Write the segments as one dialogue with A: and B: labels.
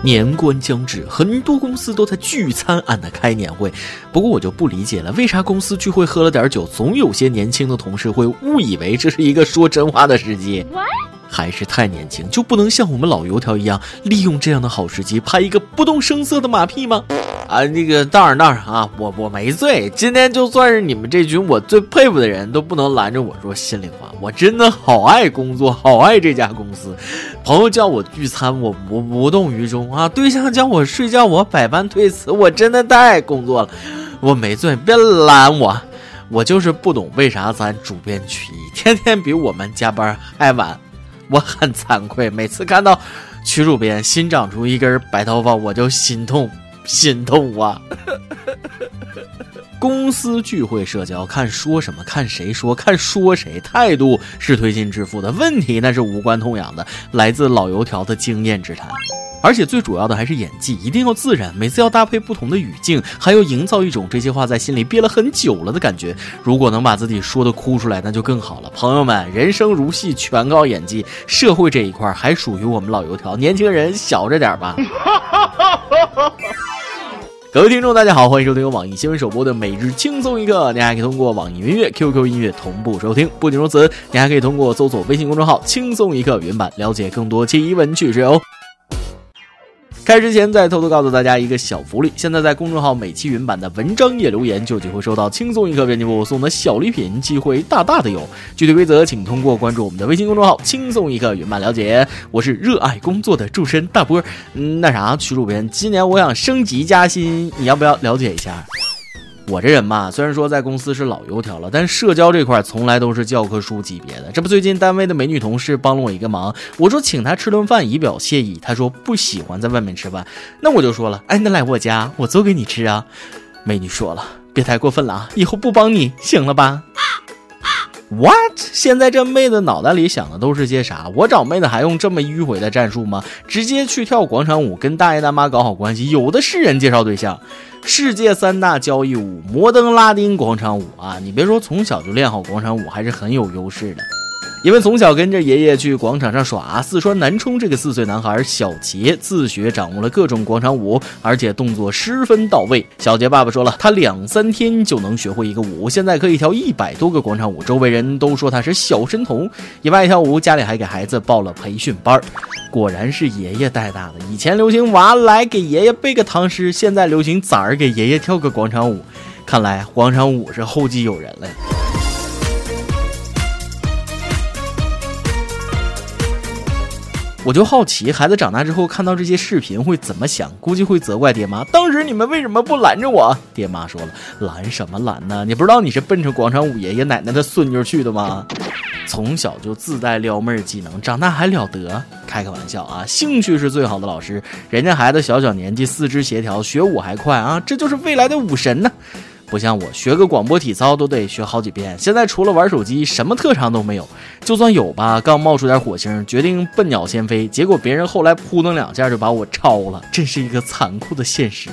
A: 年关将至，很多公司都在聚餐安的开年会。不过我就不理解了，为啥公司聚会喝了点酒，总有些年轻的同事会误以为这是一个说真话的时机？还是太年轻，就不能像我们老油条一样，利用这样的好时机拍一个不动声色的马屁吗？那个当然啊，我没醉。今天就算是你们这群我最佩服的人都不能拦着我说心里话，我真的好爱工作，好爱这家公司。朋友叫我聚餐，我无动于衷啊；对象叫我睡觉，我百般推辞。我真的太爱工作了，我没醉，别拦我。我就是不懂为啥咱主编曲艺天天比我们加班还晚。我很惭愧，每次看到曲主编新长出一根白头发，我就心痛啊！公司聚会社交，看说什么，看谁说，看说谁，态度是推心置腹的，问题那是无关痛痒的，来自老油条的经验之谈。而且最主要的还是演技，一定要自然，每次要搭配不同的语境，还要营造一种这些话在心里憋了很久了的感觉。如果能把自己说的哭出来，那就更好了。朋友们，人生如戏，全靠演技，社会这一块还属于我们老油条，年轻人小着点吧。各位听众大家好，欢迎收听由网易新闻首播的每日轻松一刻，您还可以通过网易云音乐 QQ 音乐同步收听。不仅如此，您还可以通过搜索微信公众号轻松一刻云版了解更多奇闻趣事哦。开始之前再偷偷告诉大家一个小福利，现在在公众号每期云版的文章页留言就有机会收到轻松一刻编辑部送的小礼品，机会大大的有。具体规则请通过关注我们的微信公众号轻松一刻云版了解。我是热爱工作的助身大波。曲主编，今年我想升级加薪，你要不要了解一下？我这人嘛，虽然说在公司是老油条了，但社交这块从来都是教科书级别的。这不最近单位的美女同事帮了我一个忙，我说请她吃顿饭以表谢意，她说不喜欢在外面吃饭。那我就说了，那来我家，我做给你吃啊。美女说了，别太过分了啊，以后不帮你行了吧？What？ 现在这妹子脑袋里想的都是些啥？我找妹子还用这么迂回的战术吗？直接去跳广场舞，跟大爷大妈搞好关系，有的是人介绍对象。世界3大交谊舞，摩登、拉丁、广场舞啊！你别说，从小就练好广场舞还是很有优势的。因为从小跟着爷爷去广场上耍，四川南充这个4岁男孩小杰自学掌握了各种广场舞，而且动作十分到位。小杰爸爸说了，他2-3天就能学会一个舞，现在可以跳100多个广场舞，周围人都说他是小神童。野外跳舞，家里还给孩子报了培训班。果然是爷爷带大的，以前流行娃来给爷爷背个唐诗，现在流行崽儿给爷爷跳个广场舞，看来广场舞是后继有人了。我就好奇，孩子长大之后看到这些视频会怎么想？估计会责怪爹妈，当时你们为什么不拦着我？爹妈说了，拦什么拦呢？你不知道你是奔着广场舞爷爷奶奶的孙女去的吗？从小就自带撩妹技能，长大还了得？开个玩笑啊，兴趣是最好的老师，人家孩子小年纪四肢协调，学舞还快啊，这就是未来的舞神呢。不像我学个广播体操都得学好几遍，现在除了玩手机什么特长都没有，就算有吧，刚冒出点火星，决定笨鸟先飞，结果别人后来扑腾2下就把我超了，真是一个残酷的现实。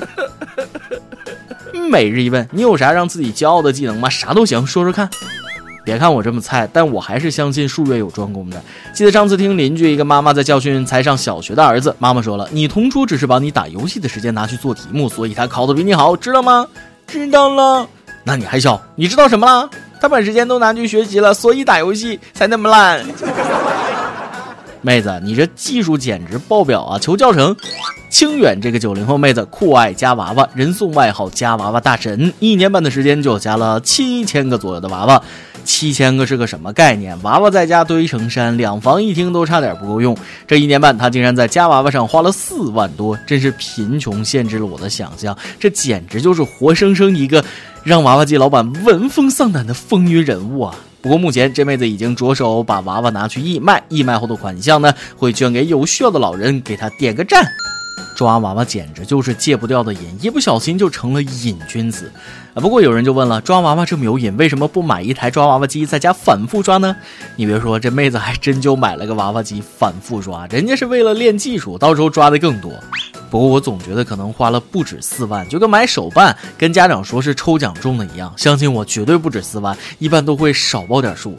A: 每日一问，你有啥让自己骄傲的技能吗？啥都行，说说看。别看我这么菜，但我还是相信术业有专攻的。记得上次听邻居一个妈妈在教训才上小学的儿子，妈妈说了，你同桌只是把你打游戏的时间拿去做题目，所以他考得比你好，知道吗？知道了。那你还笑？你知道什么了？他把时间都拿去学习了，所以打游戏才那么烂。妹子，你这技术简直爆表啊！求教程。清远这个90后妹子酷爱夹娃娃，人送外号夹娃娃大神，1年半的时间就夹了7000个左右的娃娃。7000个是个什么概念？娃娃在家堆成山，2房1厅都差点不够用。这1年半，他竟然在夹娃娃上花了4万多，真是贫穷限制了我的想象。这简直就是活生生一个让娃娃机老板闻风丧胆的风云人物啊！不过目前这妹子已经着手把娃娃拿去义卖，义卖后的款项呢，会捐给有需要的老人，给他点个赞。抓娃娃简直就是戒不掉的瘾，一不小心就成了瘾君子不过有人就问了，抓娃娃这么有瘾，为什么不买一台抓娃娃机在家反复抓呢？你别说，这妹子还真就买了个娃娃机反复抓，人家是为了练技术，到时候抓的更多。不过我总觉得可能花了不止4万，就跟买手办跟家长说是抽奖中的一样，相信我绝对不止4万，一般都会少报点数。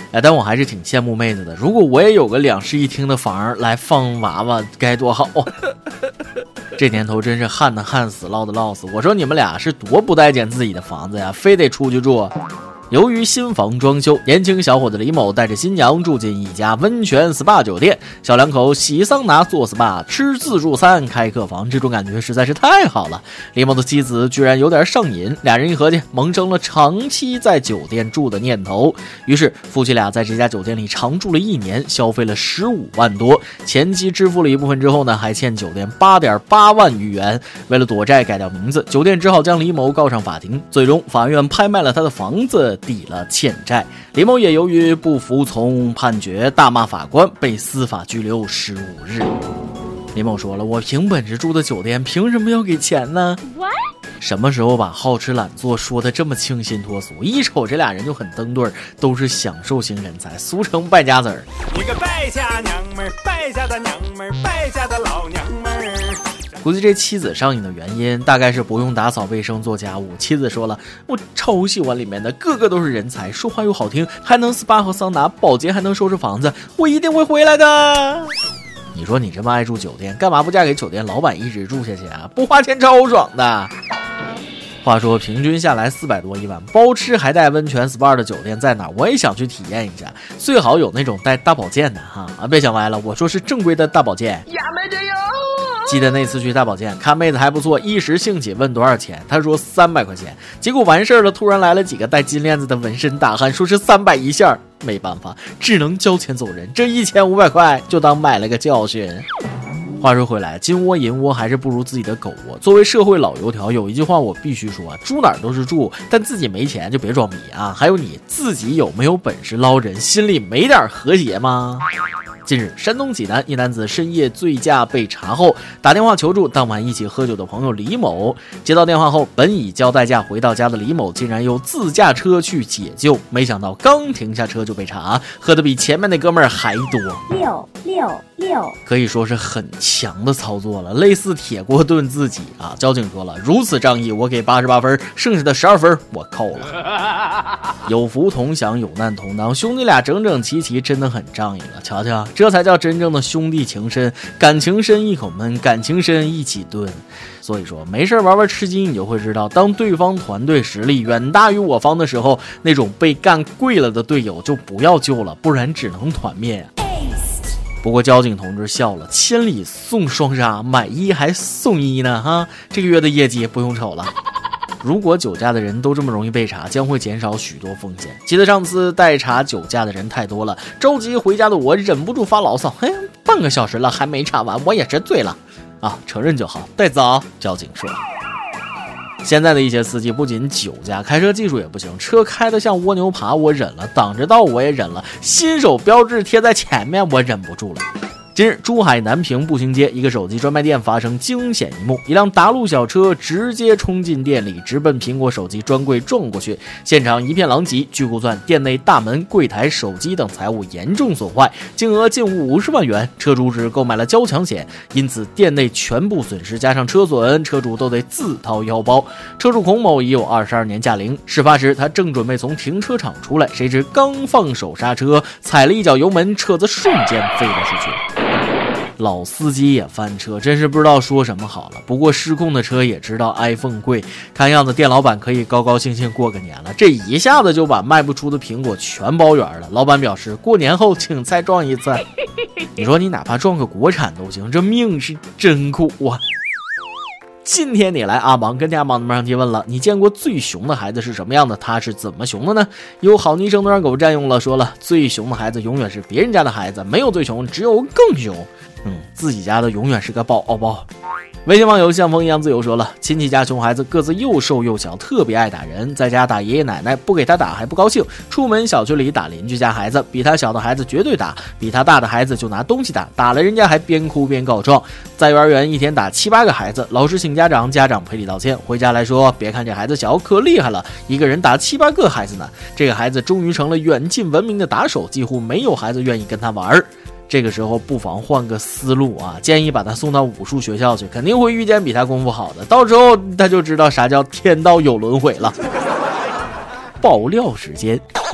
A: 但我还是挺羡慕妹子的，如果我也有个2室1厅的房来放娃娃该多好啊。这年头真是旱的旱死，涝的涝死，我说你们俩是多不待见自己的房子呀，非得出去住。由于新房装修，年轻小伙子李某带着新娘住进一家温泉 SPA 酒店，小两口洗桑拿做 SPA 吃自助餐开客房，这种感觉实在是太好了。李某的妻子居然有点上瘾，俩人一合计萌生了长期在酒店住的念头，于是夫妻俩在这家酒店里常住了1年，消费了15万多，前期支付了一部分之后呢，还欠酒店8.8万余元。为了躲债改掉名字，酒店只好将李某告上法庭，最终法院拍卖了他的房子，抵了欠债。李某也由于不服从判决大骂法官，被司法拘留15日。李某说了，我凭本事住的酒店凭什么要给钱呢？ What？ 什么时候把好吃懒做说的这么清新脱俗？一瞅这俩人就很登对，都是享受型人才，俗称败家子儿。
B: 你个败家娘们儿，败家的娘们儿，败家的老娘们儿。
A: 估计这妻子上瘾的原因大概是不用打扫卫生做家务。妻子说了，我超喜欢里面的，个个都是人才，说话又好听，还能 SPA 和桑拿，保洁还能收拾房子，我一定会回来的。你说你这么爱住酒店，干嘛不嫁给酒店老板一直住下去啊？不花钱超爽的。话说平均下来400多一晚，包吃还带温泉 SPA 的酒店在哪？我也想去体验一下，最好有那种带大保健的哈别想歪了，我说是正规的大保健。记得那次去大保健，看妹子还不错，一时兴起问多少钱，她说300块钱，结果完事儿了，突然来了几个带金链子的纹身大汉，说是300一下，没办法，只能交钱走人，这1500块就当买了个教训。话说回来，金窝银窝还是不如自己的狗窝。作为社会老油条，有一句话我必须说，住哪儿都是住，但自己没钱就别装逼啊！还有你自己有没有本事捞人，心里没点和谐吗？近日，山东济南一男子深夜醉驾被查后，打电话求助当晚一起喝酒的朋友李某。接到电话后，本已交代价回到家的李某竟然又自驾车去解救，没想到刚停下车就被查，喝得比前面那哥们儿还多。666可以说是很强的操作了，类似铁锅炖自己啊！交警说了，如此仗义，我给88分，剩下的12分我扣了。有福同享，有难同当，兄弟俩整整齐齐，真的很仗义了。瞧瞧，这才叫真正的兄弟情深，感情深一口闷，感情深一起炖。所以说，没事玩玩吃鸡，你就会知道，当对方团队实力远大于我方的时候，那种被干跪了的队友就不要救了，不然只能团灭啊。不过交警同志笑了，千里送双杀，买1还送1呢哈，这个月的业绩不用瞅了。如果酒驾的人都这么容易被查，将会减少许多风险。记得上次代查酒驾的人太多了，着急回家的我忍不住发牢骚，半个小时了还没查完，我也是醉了啊，承认就好，带走。交警说，现在的一些司机不仅酒驾，开车技术也不行，车开得像蜗牛爬我忍了，挡着道我也忍了，新手标志贴在前面我忍不住了。近日，珠海南平步行街一个手机专卖店发生惊险一幕，一辆大陆小车直接冲进店里，直奔苹果手机专柜撞过去，现场一片狼藉。据估算，店内大门、柜台、手机等财物严重损坏，金额近50万元。车主只购买了交强险，因此店内全部损失加上车损，车主都得自掏腰包。车主孔某已有22年驾龄，事发时他正准备从停车场出来，谁知刚放手刹车，踩了一脚油门，车子瞬间飞了出去。老司机也翻车，真是不知道说什么好了。不过失控的车也知道 iPhone 贵，看样子店老板可以高高兴兴过个年了。这一下子就把卖不出的苹果全包圆了。老板表示，过年后请再撞一次。你说你哪怕撞个国产都行，这命是真苦啊。今天你来阿芒跟阿芒的马上提问了，你见过最熊的孩子是什么样的？他是怎么熊的呢？有好昵称都让狗占用了，说了最熊的孩子永远是别人家的孩子，没有最熊，只有更熊。自己家的永远是个宝宝。微信网友像风一样自由说了，亲戚家熊孩子个子又瘦又小，特别爱打人，在家打爷爷奶奶，不给他打还不高兴，出门小区里打邻居家孩子，比他小的孩子绝对打，比他大的孩子就拿东西打，打了人家还边哭边告状。在幼儿园一天打7、8个孩子，老师请家长，家长赔礼道歉，回家来说，别看这孩子小可厉害了，一个人打7、8个孩子呢。这个孩子终于成了远近闻名的打手，几乎没有孩子愿意跟他玩。这个时候不妨换个思路啊，建议把他送到武术学校去，肯定会遇见比他功夫好的，到时候他就知道啥叫天道有轮回了。爆料时间，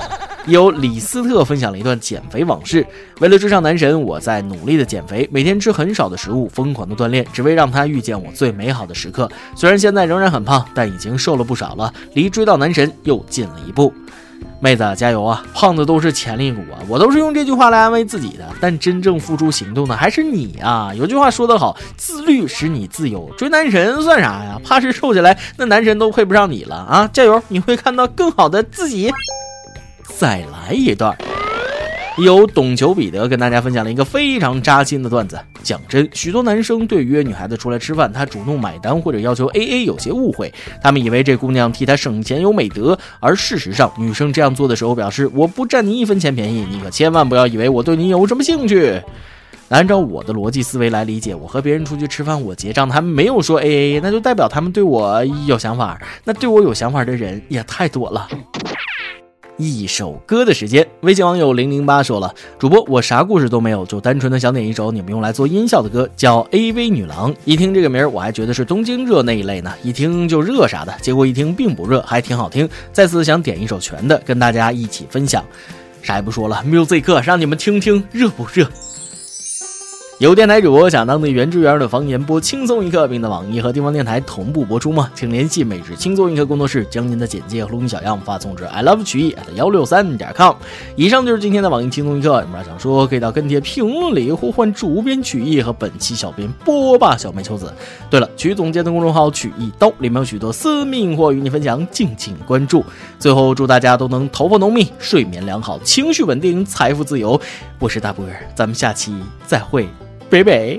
A: 有李斯特分享了一段减肥往事，为了追上男神，我在努力的减肥，每天吃很少的食物，疯狂的锻炼，只为让他遇见我最美好的时刻。虽然现在仍然很胖，但已经瘦了不少了，离追到男神又近了一步。妹子加油啊，胖的都是潜力股啊，我都是用这句话来安慰自己的，但真正付出行动的还是你啊。有句话说得好，自律使你自由，追男神算啥呀，怕是瘦下来那男神都配不上你了啊，加油，你会看到更好的自己。再来一段，有懂球彼得跟大家分享了一个非常扎心的段子。讲真，许多男生对约女孩子出来吃饭，他主动买单或者要求 AA 有些误会，他们以为这姑娘替他省钱有美德，而事实上女生这样做的时候表示，我不占你1分钱便宜，你可千万不要以为我对你有什么兴趣。按照我的逻辑思维来理解，我和别人出去吃饭，我结账，他们没有说 AA， 那就代表他们对我有想法，那对我有想法的人也太多了。一首歌的时间，微信网友008说了，主播我啥故事都没有，就单纯的想点一首你们用来做音效的歌，叫 AV 女郎。一听这个名我还觉得是东京热那一类呢，一听就热啥的，结果一听并不热，还挺好听。再次想点一首全的跟大家一起分享，啥也不说了 ，music 让你们听听热不热。有电台主播想当地原汁原味的方言播轻松一刻，并在网易和地方电台同步播出吗？请联系每日轻松一刻工作室，将您的简介和录音小样发送至 iLoveChüyi@163.com。以上就是今天的网易轻松一刻，有没有想说可以到跟帖评论里呼唤主编曲艺和本期小编波霸小妹秋子。对了，曲总监的公众号曲艺刀里面有许多私密或与你分享，敬请关注。最后祝大家都能头发浓密，睡眠良好，情绪稳定，财富自由。我是大波儿，咱们下期再会。北北，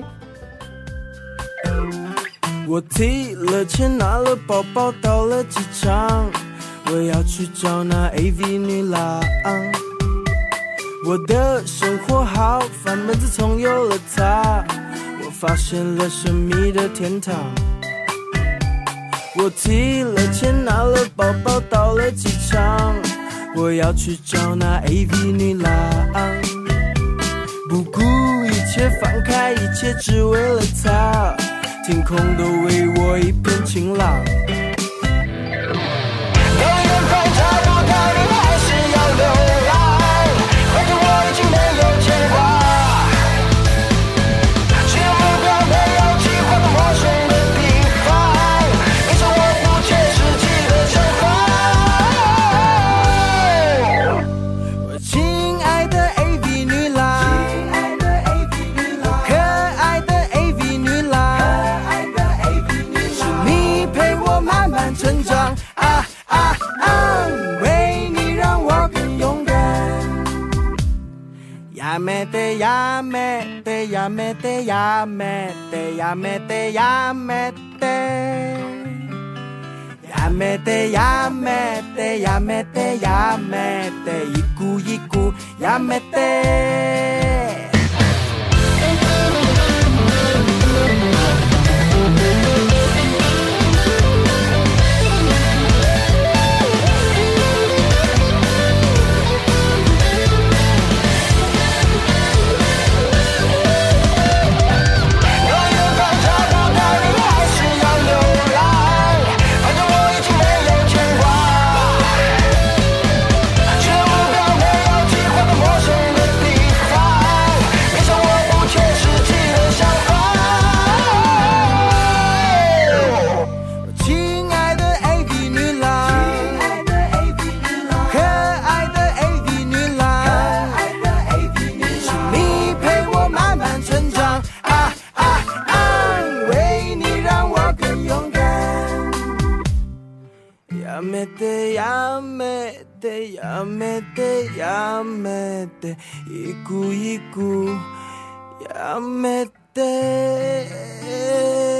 C: 我提了钱，拿了包包，到了机场，我要去找那 AV 女郎。我的生活好，翻本自从有了她，我发现了神秘的天堂。我提了钱，拿了包包，到了机场，我要去找那 AV 女郎。不顾一切，放开一切，只为了他，天空都为我一片晴朗。有远方找不到你，还是要流浪，反正我已经没有牵挂，只有目标，没有计划的陌生的地方，你是我不切实际的想法。我亲爱的 AV 女郎，成长为你让我更勇敢。やめてやめてやめてやめてやめてやめてやめてやめてやめてやめて一股一股やめて。やめてやめてやめてやめて行く行くやめて